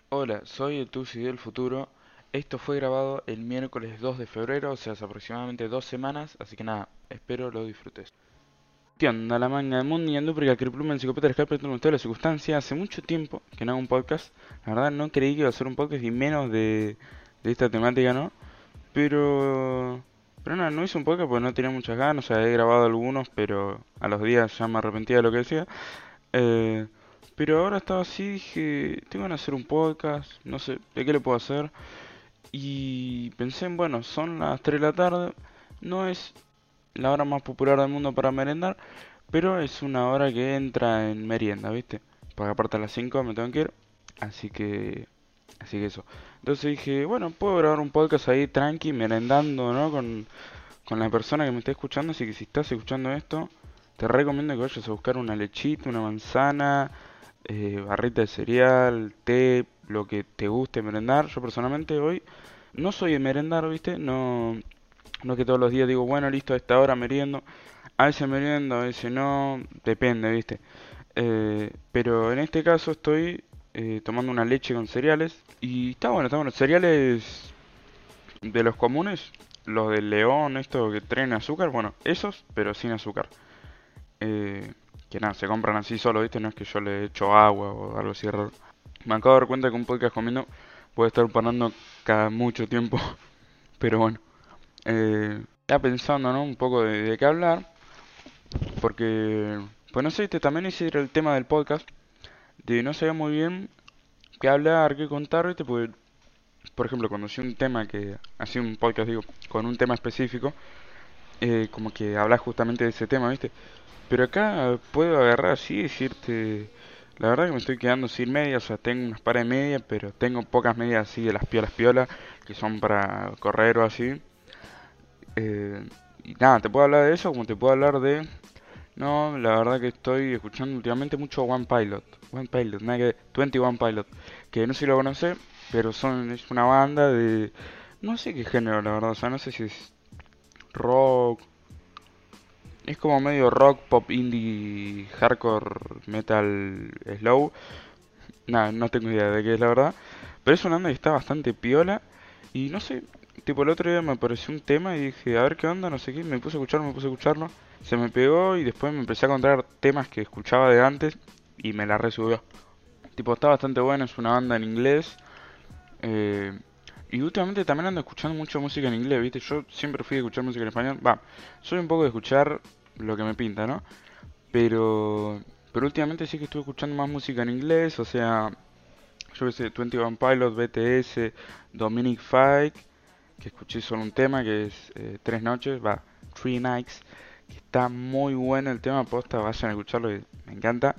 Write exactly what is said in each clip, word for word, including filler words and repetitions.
Hola, soy el Tusi del futuro. Esto fue grabado el miércoles dos de febrero, o sea, hace aproximadamente dos semanas, así que nada, espero lo disfrutes. ¿Qué onda? La manga de Mundi, Andúprica, Criplumen, Psicopeta, Escape, todo de la circunstancia. Hace mucho tiempo que no hago un podcast. La verdad no creí que iba a hacer un podcast y menos de, de esta temática, ¿no? Pero... Pero nada, no hice un podcast porque no tenía muchas ganas, o sea, he grabado algunos, pero a los días ya me arrepentía de lo que decía. Eh, pero ahora estaba así, dije, tengo ganas de hacer un podcast, no sé, ¿de qué le puedo hacer? Y pensé en, bueno, son las tres de la tarde, no es la hora más popular del mundo para merendar, pero es una hora que entra en merienda, ¿viste? Porque aparte a las cinco me tengo que ir, así que, así que eso. Entonces dije, bueno, puedo grabar un podcast ahí tranqui, merendando, ¿no? Con, con la persona que me esté escuchando, así que si estás escuchando esto, te recomiendo que vayas a buscar una lechita, una manzana, eh, barrita de cereal, té, lo que te guste merendar. Yo personalmente hoy no soy de merendar, ¿viste? No, no que todos los días digo, bueno, listo, a esta hora meriendo. A veces meriendo, a veces no, depende, ¿viste? Eh, pero en este caso estoy eh, tomando una leche con cereales y está bueno, está bueno. Cereales de los comunes, los del León, esto que traen azúcar, bueno, esos, pero sin azúcar. Eh, que nada, se compran así solo, ¿viste? No es que yo le echo agua o algo así raro. Me acabo de dar cuenta que un podcast comiendo puede estar parando cada mucho tiempo, pero bueno. Eh, estaba pensando, ¿no? Un poco de, de qué hablar, porque, pues no sé, este también ese era el tema del podcast, de no sabía muy bien qué hablar, qué contar, ¿viste? Porque, por ejemplo, cuando hacía un tema que, hacía un podcast, digo, con un tema específico, eh, como que hablas justamente de ese tema, ¿viste? Pero acá puedo agarrar así y decirte, la verdad que me estoy quedando sin medias, o sea, tengo unas pares de medias, pero tengo pocas medias así de las piolas piolas, que son para correr o así. Eh, y nada, te puedo hablar de eso como te puedo hablar de... No, la verdad que estoy escuchando últimamente mucho One Pilot. One Pilot, nada que... veintiuno Pilot, que no sé si lo conoces, pero son, es una banda de... No sé qué género, la verdad, o sea, no sé si es rock. Es como medio rock, pop, indie, hardcore, metal, slow. Nada, no tengo idea de qué es la verdad. Pero es una banda que está bastante piola. Y no sé, tipo el otro día me apareció un tema y dije, a ver qué onda, no sé qué. Me puse a escucharlo, me puse a escucharlo. Se me pegó y después me empecé a encontrar temas que escuchaba de antes y me la resubió. Tipo, está bastante bueno, es una banda en inglés. Eh, y últimamente también ando escuchando mucho música en inglés, ¿viste? Yo siempre fui a escuchar música en español. Va, soy un poco de escuchar lo que me pinta, ¿no? Pero, pero últimamente sí que estuve escuchando más música en inglés, o sea, yo que sé, veintiuno Pilot, B T S, Dominic Fike, que escuché solo un tema que es eh, Tres Noches, va, Three Nights, que está muy bueno el tema, posta, vayan a escucharlo, que me encanta.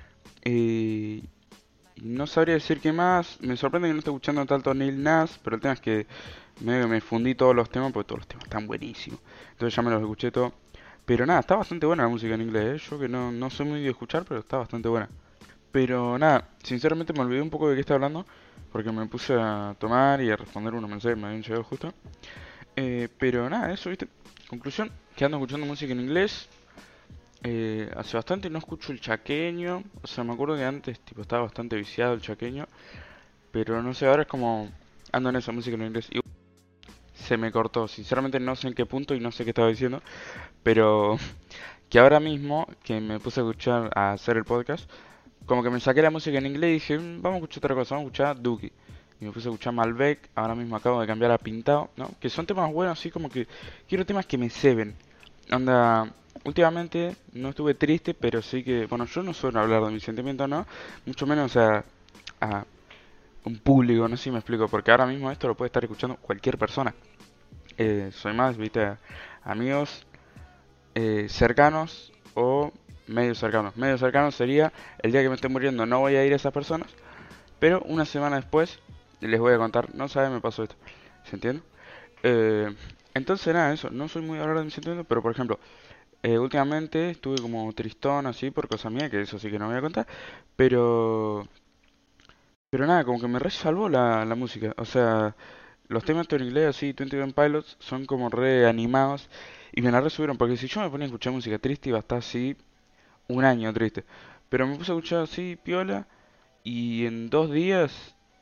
Eh, y no sabría decir qué más, me sorprende que no esté escuchando tanto Neil Nas, pero el tema es que medio que me fundí todos los temas, porque todos los temas están buenísimos. Entonces ya me los escuché todos. Pero nada, está bastante buena la música en inglés, ¿eh? Yo que no, no soy muy de escuchar, pero está bastante buena. Pero nada, sinceramente me olvidé un poco de qué estaba hablando, porque me puse a tomar y a responder unos mensajes que me habían llegado justo. Eh, pero nada, eso, ¿viste? Conclusión, que ando escuchando música en inglés. Eh, hace bastante no escucho el chaqueño. O sea, me acuerdo que antes tipo estaba bastante viciado el chaqueño. Pero no sé, ahora es como ando en esa música en inglés. Y se me cortó. Sinceramente no sé en qué punto y no sé qué estaba diciendo. Pero que ahora mismo que me puse a escuchar, a hacer el podcast, como que me saqué la música en inglés y dije, "Mm, vamos a escuchar otra cosa, vamos a escuchar Duki". Y me puse a escuchar Malbec, ahora mismo acabo de cambiar a Pintado, ¿no? Que son temas buenos, así como que quiero temas que me ceben. Onda, últimamente no estuve triste, pero sí que, bueno, yo no suelo hablar de mis sentimientos, ¿no? Mucho menos a, a un público, no sé si me explico, porque ahora mismo esto lo puede estar escuchando cualquier persona. Eh, soy más, viste, amigos eh, cercanos o medio cercanos. Medio cercanos sería el día que me esté muriendo no voy a ir a esas personas, pero una semana después les voy a contar, no sabes, me pasó esto. ¿Se entiende? Eh, entonces nada, eso, no soy muy de hablar de mis sentimientos, pero por ejemplo, eh, últimamente estuve como tristón así por cosa mía, que eso sí que no voy a contar, pero pero nada, como que me resalvó la, la música. O sea, los temas en inglés así, veintiuno Pilots, son como re animados y me la resubieron, porque si yo me ponía a escuchar música triste iba a estar así un año triste. Pero me puse a escuchar así, piola, y en dos días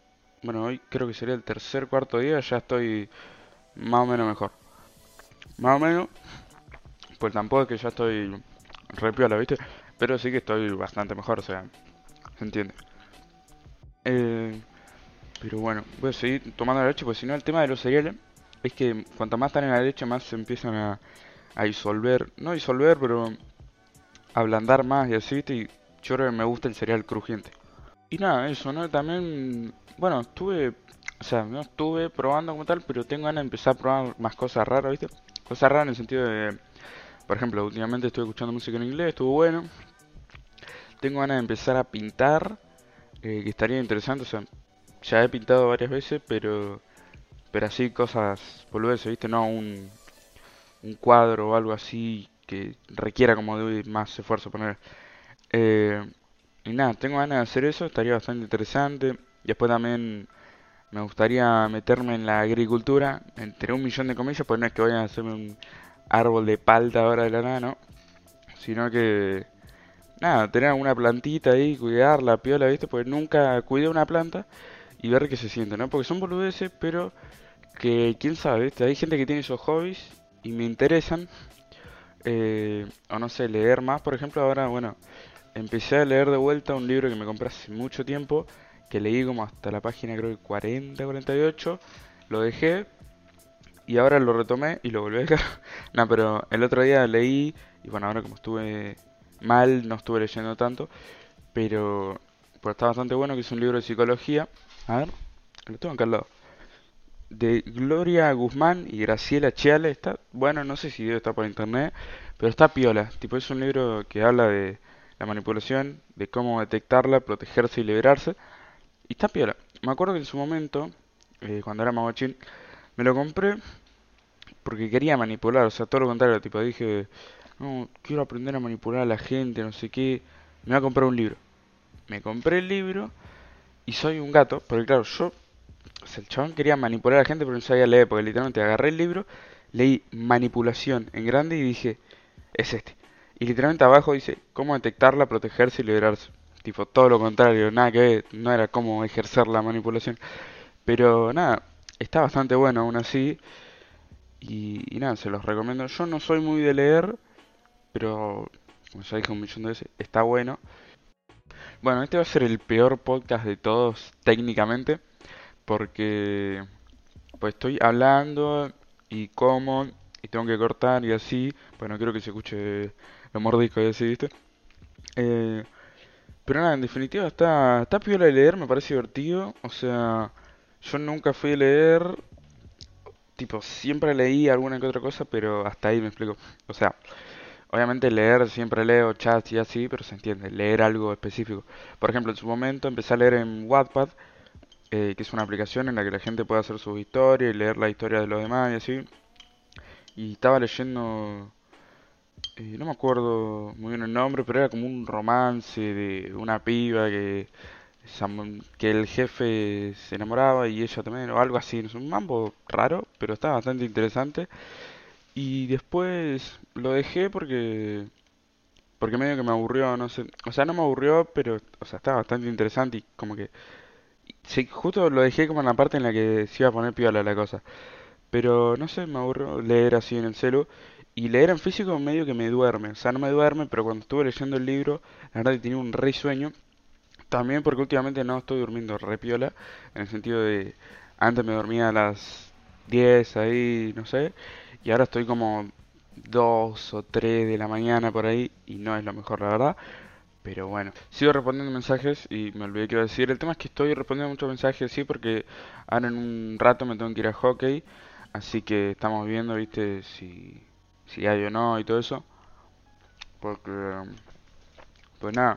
bueno, hoy creo que sería el tercer, cuarto día, ya estoy más o menos mejor. Más o menos, pues tampoco es que ya estoy re piola, ¿viste? Pero sí que estoy bastante mejor, o sea, se entiende. Eh, pero bueno, voy a seguir tomando la leche, porque si no el tema de los cereales es que cuanto más están en la leche, más se empiezan a, a disolver. No disolver, pero ablandar más y así, ¿viste? Y yo creo que me gusta el cereal crujiente. Y nada, eso, ¿no? También, bueno, estuve, o sea, no estuve probando como tal, pero tengo ganas de empezar a probar más cosas raras, ¿viste? Cosas raras en el sentido de, por ejemplo, últimamente estoy escuchando música en inglés, estuvo bueno. Tengo ganas de empezar a pintar, eh, que estaría interesante, o sea, ya he pintado varias veces, pero, pero así cosas boludeces, ¿viste? No un, un cuadro o algo así que requiera como de más esfuerzo poner. Eh, y nada, tengo ganas de hacer eso, estaría bastante interesante. Después también me gustaría meterme en la agricultura, entre un millón de comillas, pues no es que vayan a hacerme un árbol de palta ahora de la nada, ¿no? Sino que, nada, tener alguna plantita ahí, cuidarla, piola, ¿viste? Porque nunca cuidé una planta y ver qué se siente, ¿no? Porque son boludeces, pero que quién sabe, ¿viste? Hay gente que tiene esos hobbies y me interesan. Eh, o no sé, leer más, por ejemplo, ahora, bueno, empecé a leer de vuelta un libro que me compré hace mucho tiempo, que leí como hasta la página creo que cuarenta, cuarenta y ocho, lo dejé y ahora lo retomé y lo volví a dejar. No, pero el otro día leí y bueno, ahora como estuve mal, no estuve leyendo tanto, pero pues está bastante bueno, que es un libro de psicología. A ver, lo tengo acá al lado. De Gloria Guzmán y Graciela Chiale, está, bueno, no sé si debe estar por internet, pero está piola. Tipo, es un libro que habla de la manipulación, de cómo detectarla, protegerse y liberarse. Y está piola. Me acuerdo que en su momento, eh, cuando era más guachín, me lo compré porque quería manipular, o sea, todo lo contrario, tipo, dije, no, quiero aprender a manipular a la gente, no sé qué, me voy a comprar un libro. Me compré el libro y soy un gato, porque claro, yo, o sea, el chabón quería manipular a la gente, pero no sabía leer, porque literalmente agarré el libro, leí manipulación en grande y dije, es este. Y literalmente abajo dice, cómo detectarla, protegerse y liberarse. Tipo, todo lo contrario, nada que ver, no era cómo ejercer la manipulación. Pero nada, está bastante bueno aún así. Y, y nada, se los recomiendo. Yo no soy muy de leer, pero como ya dije un millón de veces, está bueno. Bueno, este va a ser el peor podcast de todos técnicamente, porque pues estoy hablando y como y tengo que cortar y así, pues no quiero que se escuche lo mordisco y así, ¿viste? Eh, pero nada, en definitiva está, está piola de leer, me parece divertido. O sea, yo nunca fui a leer, tipo, siempre leí alguna que otra cosa, pero hasta ahí me explico. O sea, obviamente leer, siempre leo chats y así, pero se entiende, leer algo específico. Por ejemplo, en su momento empecé a leer en Wattpad, eh, que es una aplicación en la que la gente puede hacer sus historias y leer la historia de los demás y así. Y estaba leyendo, eh, no me acuerdo muy bien el nombre, pero era como un romance de una piba que, Sam- que el jefe se enamoraba y ella también, o algo así. Es un mambo raro, pero está bastante interesante. Y después lo dejé porque porque medio que me aburrió, no sé. O sea, no me aburrió, pero, o sea, estaba bastante interesante y como que... Sí, justo lo dejé como en la parte en la que se iba a poner piola la cosa. Pero, no sé, me aburrió leer así en el celu. Y leer en físico medio que me duerme. O sea, no me duerme, pero cuando estuve leyendo el libro, la verdad que tenía un re sueño. También porque últimamente no estoy durmiendo re piola. En el sentido de... Antes me dormía a las diez ahí, no sé. Y ahora estoy como dos o tres de la mañana por ahí. Y no es lo mejor, la verdad. Pero bueno, sigo respondiendo mensajes y me olvidé que iba a decir. El tema es que estoy respondiendo muchos mensajes, sí, porque ahora en un rato me tengo que ir a hockey. Así que estamos viendo, viste, si, si hay o no y todo eso. Porque, pues nada,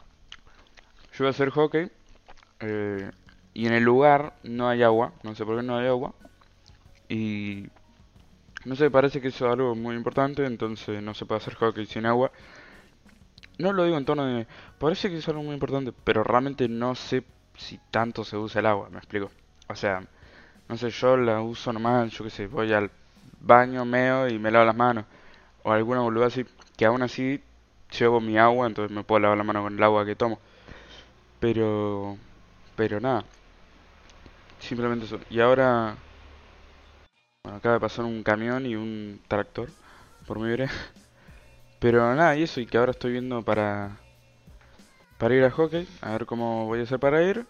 yo voy a hacer hockey eh, y en el lugar no hay agua. No sé por qué no hay agua. Y no sé, parece que eso es algo muy importante, entonces no se puede hacer hockey sin agua. No lo digo en tono de... Parece que es algo muy importante, pero realmente no sé si tanto se usa el agua, me explico. O sea, no sé, yo la uso normal, yo qué sé, voy al baño, meo y me lavo las manos. O alguna boluda así, que aún así llevo mi agua, entonces me puedo lavar la mano con el agua que tomo. Pero... Pero nada. simplemente eso. Y ahora, bueno, acaba de pasar un camión y un tractor por mi vereda. Pero nada, y eso, y que ahora estoy viendo para, para ir al hockey, a ver cómo voy a hacer para ir.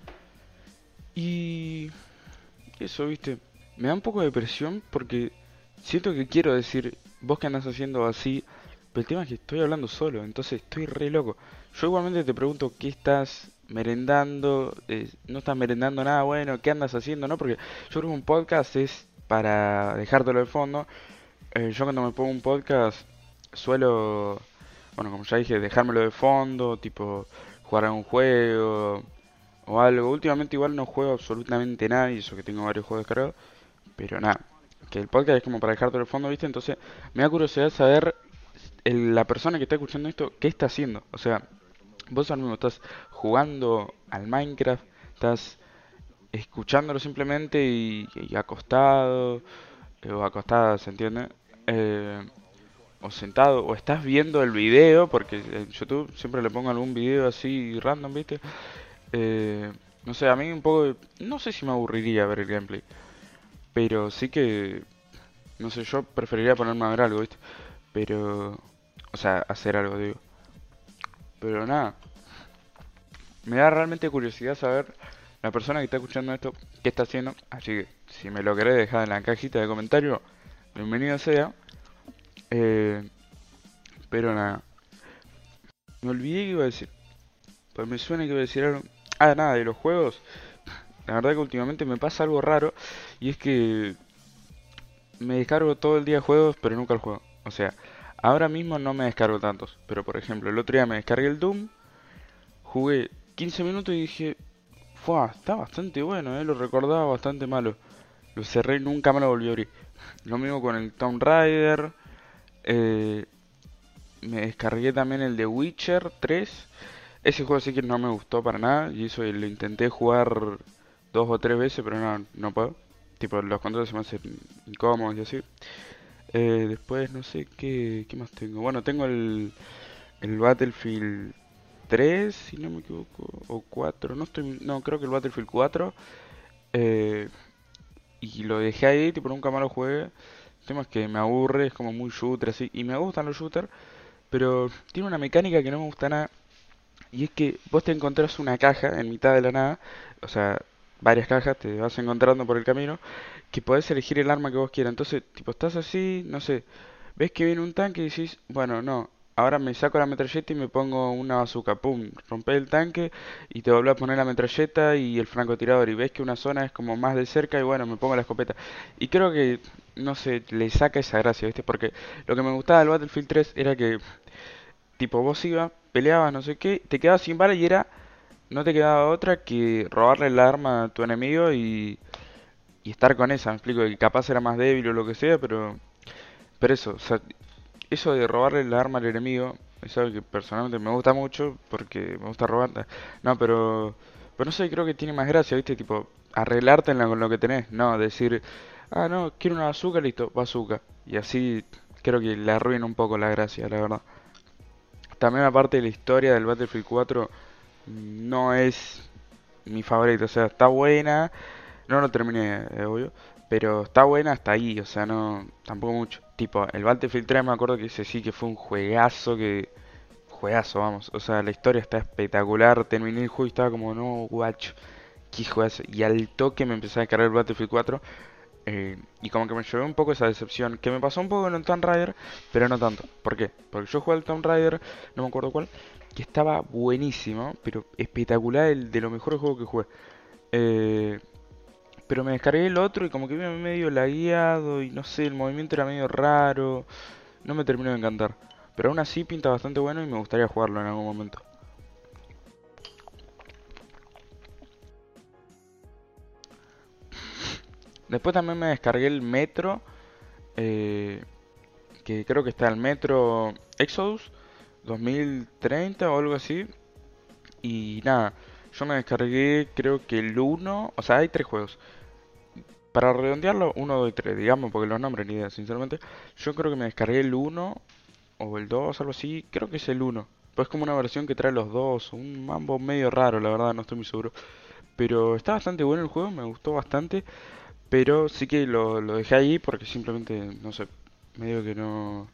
Y eso, viste, me da un poco de presión porque siento que quiero decir, vos que andás haciendo así, pero el tema es que estoy hablando solo, entonces estoy re loco. Yo igualmente te pregunto, ¿qué estás merendando? Eh, ¿no estás merendando nada bueno? ¿Qué andas haciendo? ¿No? Porque yo creo que un podcast es para dejártelo de fondo. Eh, yo cuando me pongo un podcast suelo, bueno, como ya dije, dejármelo de fondo, tipo jugar a un juego o algo. Últimamente igual no juego absolutamente nada, y eso que tengo varios juegos descargados, pero nada, que el podcast es como para dejártelo de fondo, ¿viste? Entonces me da curiosidad saber el- la persona que está escuchando esto, ¿qué está haciendo? O sea, vos ahora mismo estás jugando al Minecraft, estás escuchándolo simplemente y, y acostado, eh, o acostada, ¿se entiende? Eh, o sentado, o estás viendo el video, porque en YouTube siempre le pongo algún video así random, ¿viste? Eh, no sé, a mí un poco, no sé si me aburriría ver el gameplay, pero sí que, no sé, yo preferiría ponerme a ver algo, ¿viste? Pero, o sea, hacer algo, digo. Pero nada, me da realmente curiosidad saber la persona que está escuchando esto, qué está haciendo. Así que, si me lo querés dejar en la cajita de comentarios, bienvenido sea. Eh, pero nada, me olvidé que iba a decir. Pues me suena que iba a decir algo. Ah, nada, de los juegos. La verdad que últimamente me pasa algo raro. Y es que me descargo todo el día juegos, pero nunca el juego. O sea, ahora mismo no me descargo tantos. Pero por ejemplo, el otro día me descargué el Doom. Jugué quince minutos y dije, fue, está bastante bueno, eh, lo recordaba bastante malo. Lo cerré y nunca me lo volví a abrir. Lo mismo con el Tomb Raider. eh, Me descargué también el de Witcher tres. Ese juego sí que no me gustó para nada. Y eso lo intenté jugar dos o tres veces, pero no, no puedo. Tipo, los controles se me hacen incómodos y así. Eh, después no sé qué, qué más tengo. Bueno, tengo el, el Battlefield tres, si no me equivoco, o cuatro, no estoy, no, creo que el Battlefield cuatro. eh, y lo dejé ahí, tipo, nunca más lo jugué. El tema es que me aburre, es como muy shooter así, y me gustan los shooters, pero tiene una mecánica que no me gusta nada, y es que vos te encontrás una caja en mitad de la nada, o sea, varias cajas te vas encontrando por el camino, que podés elegir el arma que vos quieras. Entonces, tipo, estás así, no sé, ves que viene un tanque y decís, bueno, no, ahora me saco la metralleta y me pongo una bazooka, pum, rompés el tanque y te volvés a poner la metralleta y el francotirador, y ves que una zona es como más de cerca y bueno, me pongo la escopeta. Y creo que, no sé, le saca esa gracia, ¿viste? Porque lo que me gustaba del Battlefield tres era que, tipo, vos ibas, peleabas, no sé qué, te quedabas sin bala y era, no te quedaba otra que robarle el arma a tu enemigo y, y estar con esa, me explico, que capaz era más débil o lo que sea, pero, pero eso, o sea, eso de robarle el arma al enemigo es algo que personalmente me gusta mucho porque me gusta robar. No, pero, pero no sé, creo que tiene más gracia, ¿viste? Tipo, arreglártela con lo que tenés, no, decir, ah, no, quiero una bazooka, listo, bazooka. Y así creo que le arruina un poco la gracia, la verdad. También aparte de la historia del Battlefield cuatro no es mi favorito, o sea, está buena, no lo terminé, eh, obvio, pero está buena hasta ahí, o sea, no, tampoco mucho. Tipo, el Battlefield tres me acuerdo que ese sí que fue un juegazo que, juegazo, vamos, o sea, la historia está espectacular, terminé el juego y estaba como, no, guacho, qué juegazo. Y al toque me empecé a cargar el Battlefield cuatro, eh, y como que me llevé un poco esa decepción, que me pasó un poco en el Tomb Raider, pero no tanto. ¿Por qué? Porque yo jugué al Tomb Raider, no me acuerdo cuál, que estaba buenísimo, pero espectacular, el de los mejores juegos que jugué. Eh, pero me descargué el otro y como que iba medio lagueado y no sé, el movimiento era medio raro, no me terminó de encantar. Pero aún así pinta bastante bueno y me gustaría jugarlo en algún momento. Después también me descargué el Metro, eh, que creo que está el Metro Exodus dos mil treinta o algo así. Y nada, yo me descargué creo que el uno, o sea, hay tres juegos. Para redondearlo, uno, dos y tres, digamos, porque los nombres ni idea, sinceramente. Yo creo que me descargué el uno o el dos, algo así, creo que es el uno. Pues es como una versión que trae los dos, un mambo medio raro, la verdad, no estoy muy seguro. Pero está bastante bueno el juego, me gustó bastante. Pero sí que lo, lo dejé ahí porque simplemente, no sé, medio que no...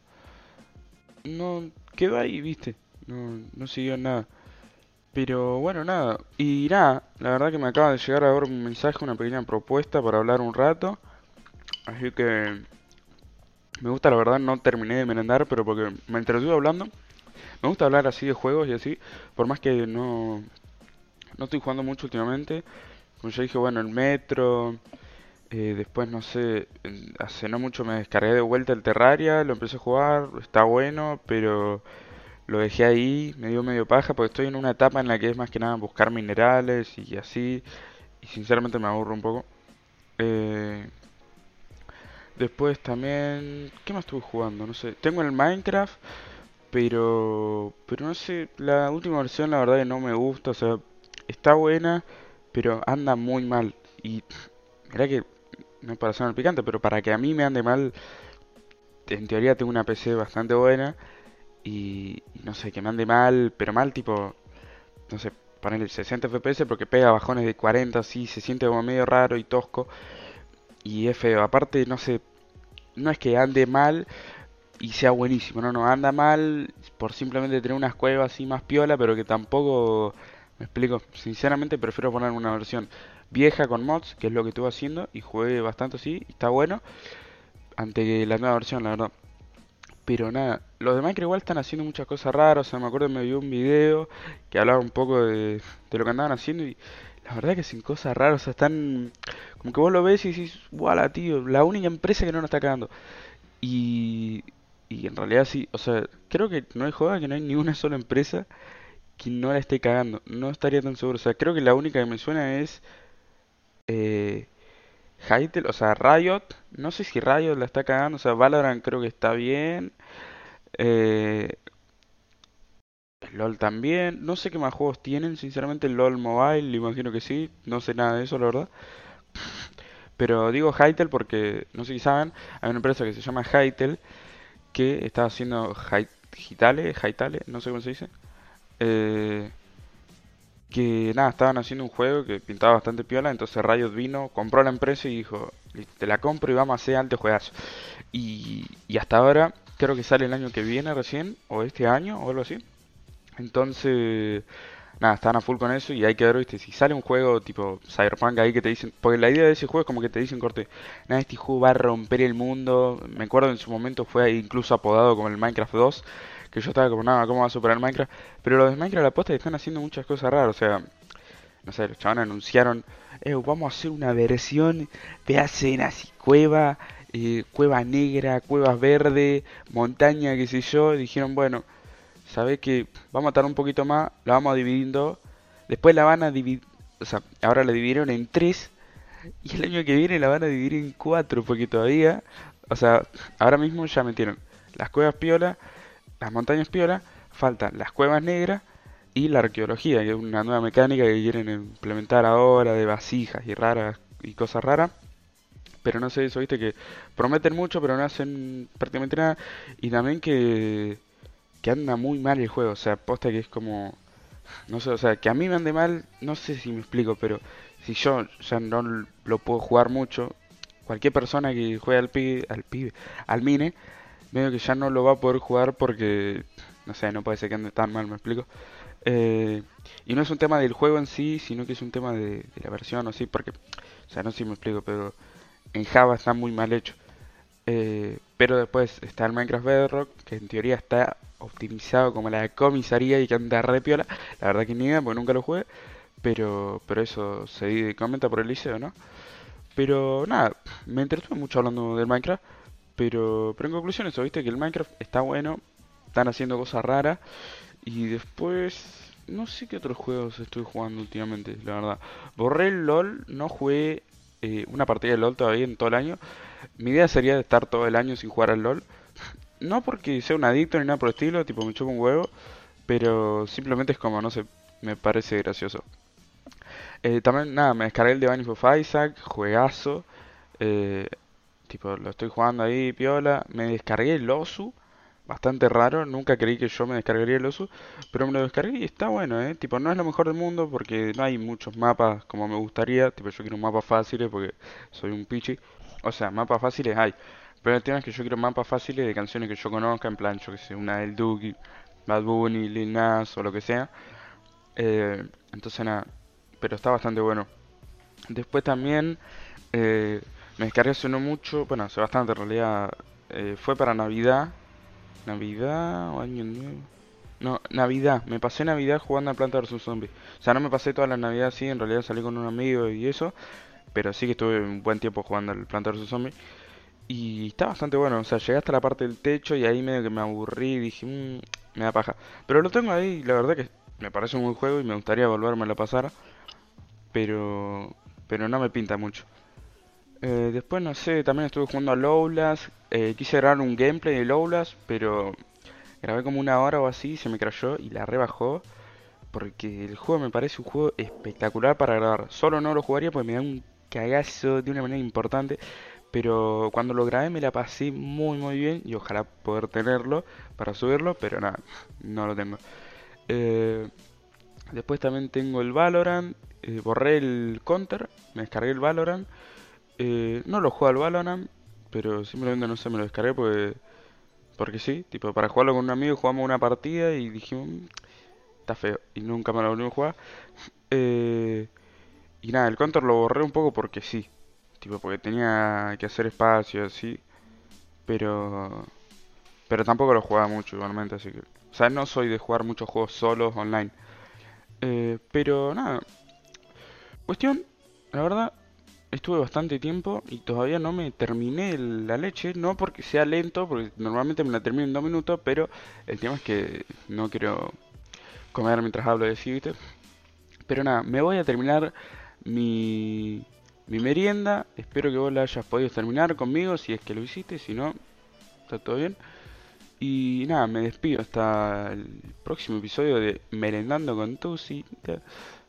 No quedó ahí, viste. No, no siguió en nada. Pero bueno, nada. Y nada, la verdad que me acaba de llegar ahora un mensaje, una pequeña propuesta para hablar un rato. Así que me gusta, la verdad, no terminé de merendar, pero porque me entretuve hablando. Me gusta hablar así de juegos y así, por más que no, no estoy jugando mucho últimamente. Como ya dije, bueno, el Metro, eh, después no sé, en- hace no mucho me descargué de vuelta el Terraria, lo empecé a jugar, está bueno, pero lo dejé ahí, me dio medio paja, porque estoy en una etapa en la que es más que nada buscar minerales y así, y sinceramente me aburro un poco. Eh, Después también, ¿qué más estuve jugando? No sé, tengo el Minecraft. Pero, pero no sé, la última versión la verdad que no me gusta, o sea, está buena, pero anda muy mal. Y mirá que no es para sonar picante, pero para que a mí me ande mal, en teoría tengo una P C bastante buena y, y no sé, que me ande mal, pero mal tipo, no sé, ponerle sesenta F P S porque pega bajones de cuarenta, así, se siente como medio raro y tosco y es feo. Aparte, no sé, no es que ande mal y sea buenísimo. No, no, anda mal por simplemente tener unas cuevas así más piola, pero que tampoco, me explico, sinceramente prefiero poner una versión vieja con mods, que es lo que estuve haciendo, y jugué bastante así, y está bueno, ante la nueva versión, la verdad. Pero nada, los de Minecraft igual están haciendo muchas cosas raras, o sea, me acuerdo que me vio un video que hablaba un poco de, de lo que andaban haciendo y la verdad que hacen cosas raras, o sea, están como que vos lo ves y decís, guala, tío, la única empresa que no nos está cagando. Y, y en realidad sí, o sea, creo que no hay joda que no hay ni una sola empresa que no la esté cagando. No estaría tan seguro. O sea, creo que la única que me suena es eh, Hytale, o sea, Riot. No sé si Riot la está cagando. O sea, Valorant creo que está bien. Eh, LOL también. No sé qué más juegos tienen. Sinceramente, LOL Mobile, imagino que sí. No sé nada de eso, la verdad. Pero digo Hytale porque, no sé si saben, hay una empresa que se llama Hytale que está haciendo Hy- Hytale, Hytale, no sé cómo se dice. Eh, que nada, estaban haciendo un juego que pintaba bastante piola, entonces Riot vino, compró la empresa y dijo, "Listo, te la compro y vamos a hacer antes juegazo". Y, y hasta ahora, creo que sale el año que viene recién, o este año, o algo así. Entonces, nada, están a full con eso y hay que ver, viste, si sale un juego tipo Cyberpunk ahí que te dicen, porque la idea de ese juego es como que te dicen corte, nada, este juego va a romper el mundo. Me acuerdo en su momento fue incluso apodado como el Minecraft dos, que yo estaba como, nada, ¿cómo va a superar Minecraft? Pero los de Minecraft la posta están haciendo muchas cosas raras, o sea, no sé, los chavales anunciaron, eh, vamos a hacer una versión de hacen así cueva, eh, cueva negra, cueva verde, montaña, qué sé yo, y dijeron, bueno, sabe que vamos a tardar un poquito más, la vamos a dividir en dos, después la van a dividir, o sea, ahora la dividieron en tres, y el año que viene la van a dividir en cuatro, porque todavía, o sea, ahora mismo ya metieron las cuevas piola, las montañas piola, faltan las cuevas negras y la arqueología, que es una nueva mecánica que quieren implementar ahora de vasijas y raras y cosas raras. Pero no sé eso, viste que prometen mucho, pero no hacen prácticamente nada. Y también que, que anda muy mal el juego, o sea, posta que es como no sé, o sea, que a mí me ande mal, no sé si me explico, pero si yo ya no lo puedo jugar mucho, cualquier persona que juegue al pibe, al pibe, al mine, medio que ya no lo va a poder jugar porque, no sé, no puede ser que ande tan mal, me explico. Eh, y no es un tema del juego en sí, sino que es un tema de, de la versión, o sí, porque, o sea, no sé si me explico, pero en Java está muy mal hecho. Eh, pero después está el Minecraft Bedrock, que en teoría está optimizado como la comisaría y que anda re piola. La verdad que ni idea, porque nunca lo jugué. Pero, pero eso se comenta por el liceo, ¿no? Pero nada, me entretuve mucho hablando del Minecraft. Pero, pero en conclusión eso, viste que el Minecraft está bueno. Están haciendo cosas raras. Y después, no sé qué otros juegos estoy jugando últimamente, la verdad. Borré el LOL, no jugué eh, una partida de LOL todavía en todo el año. Mi idea sería estar todo el año sin jugar al LOL. No porque sea un adicto ni nada por el estilo, tipo me chupa un huevo, pero simplemente es como, no sé, me parece gracioso. Eh, también, nada, me descargué el de Binding of Isaac, juegazo. eh, Tipo, lo estoy jugando ahí, piola. Me descargué el Osu, bastante raro. Nunca creí que yo me descargaría el Osu, pero me lo descargué y está bueno, ¿eh? Tipo, no es lo mejor del mundo porque no hay muchos mapas como me gustaría. Tipo, yo quiero mapas fáciles porque soy un pichi. O sea, mapas fáciles hay. Pero el tema es que yo quiero mapas fáciles de canciones que yo conozca, en plan, yo que sé, una del Duki, Bad Bunny, Lil Nas o lo que sea. Eh, entonces nada, pero está bastante bueno. Después también eh, me descargué hace no mucho, bueno, hace bastante en realidad. Eh, fue para Navidad. ¿Navidad o Año Nuevo? No, Navidad. Me pasé Navidad jugando a Planta versus. Zombies. O sea, no me pasé toda la Navidad así, en realidad salí con un amigo y eso. Pero sí que estuve un buen tiempo jugando al Planta versus. Zombies. Y está bastante bueno. O sea, llegué hasta la parte del techo y ahí medio que me aburrí y dije, "Mm, me da paja". Pero lo tengo ahí y la verdad que me parece un buen juego y me gustaría volverme a pasar. Pero, pero no me pinta mucho. Eh, después, no sé, también estuve jugando a Lowlas. Eh, quise grabar un gameplay de Lowlas, pero grabé como una hora o así, se me crashó y la rebajó. Porque el juego me parece un juego espectacular para grabar. Solo no lo jugaría porque me da un cagazo de una manera importante. Pero cuando lo grabé me la pasé muy muy bien y ojalá poder tenerlo para subirlo, pero nada, no lo tengo. Eh, Después también tengo el Valorant. Eh, borré el Counter, me descargué el Valorant. Eh, no lo juego al Valorant, pero simplemente no sé, me lo descargué porque, porque sí, tipo, para jugarlo con un amigo jugamos una partida y dijimos, "Mm, está feo", y nunca me lo volvimos a jugar. Eh, y nada, el Counter lo borré un poco porque sí, tipo, porque tenía que hacer espacio así, pero, pero tampoco lo jugaba mucho igualmente, así que, o sea, no soy de jugar muchos juegos solos online. Eh, pero nada, cuestión, la verdad, estuve bastante tiempo y todavía no me terminé el- la leche, no porque sea lento, porque normalmente me la termino en dos minutos, pero el tema es que no quiero comer mientras hablo de sí, ¿viste? Pero nada, me voy a terminar mi, mi merienda, espero que vos la hayas podido terminar conmigo, si es que lo hiciste, si no, está todo bien. Y nada, me despido hasta el próximo episodio de Merendando con Tusi.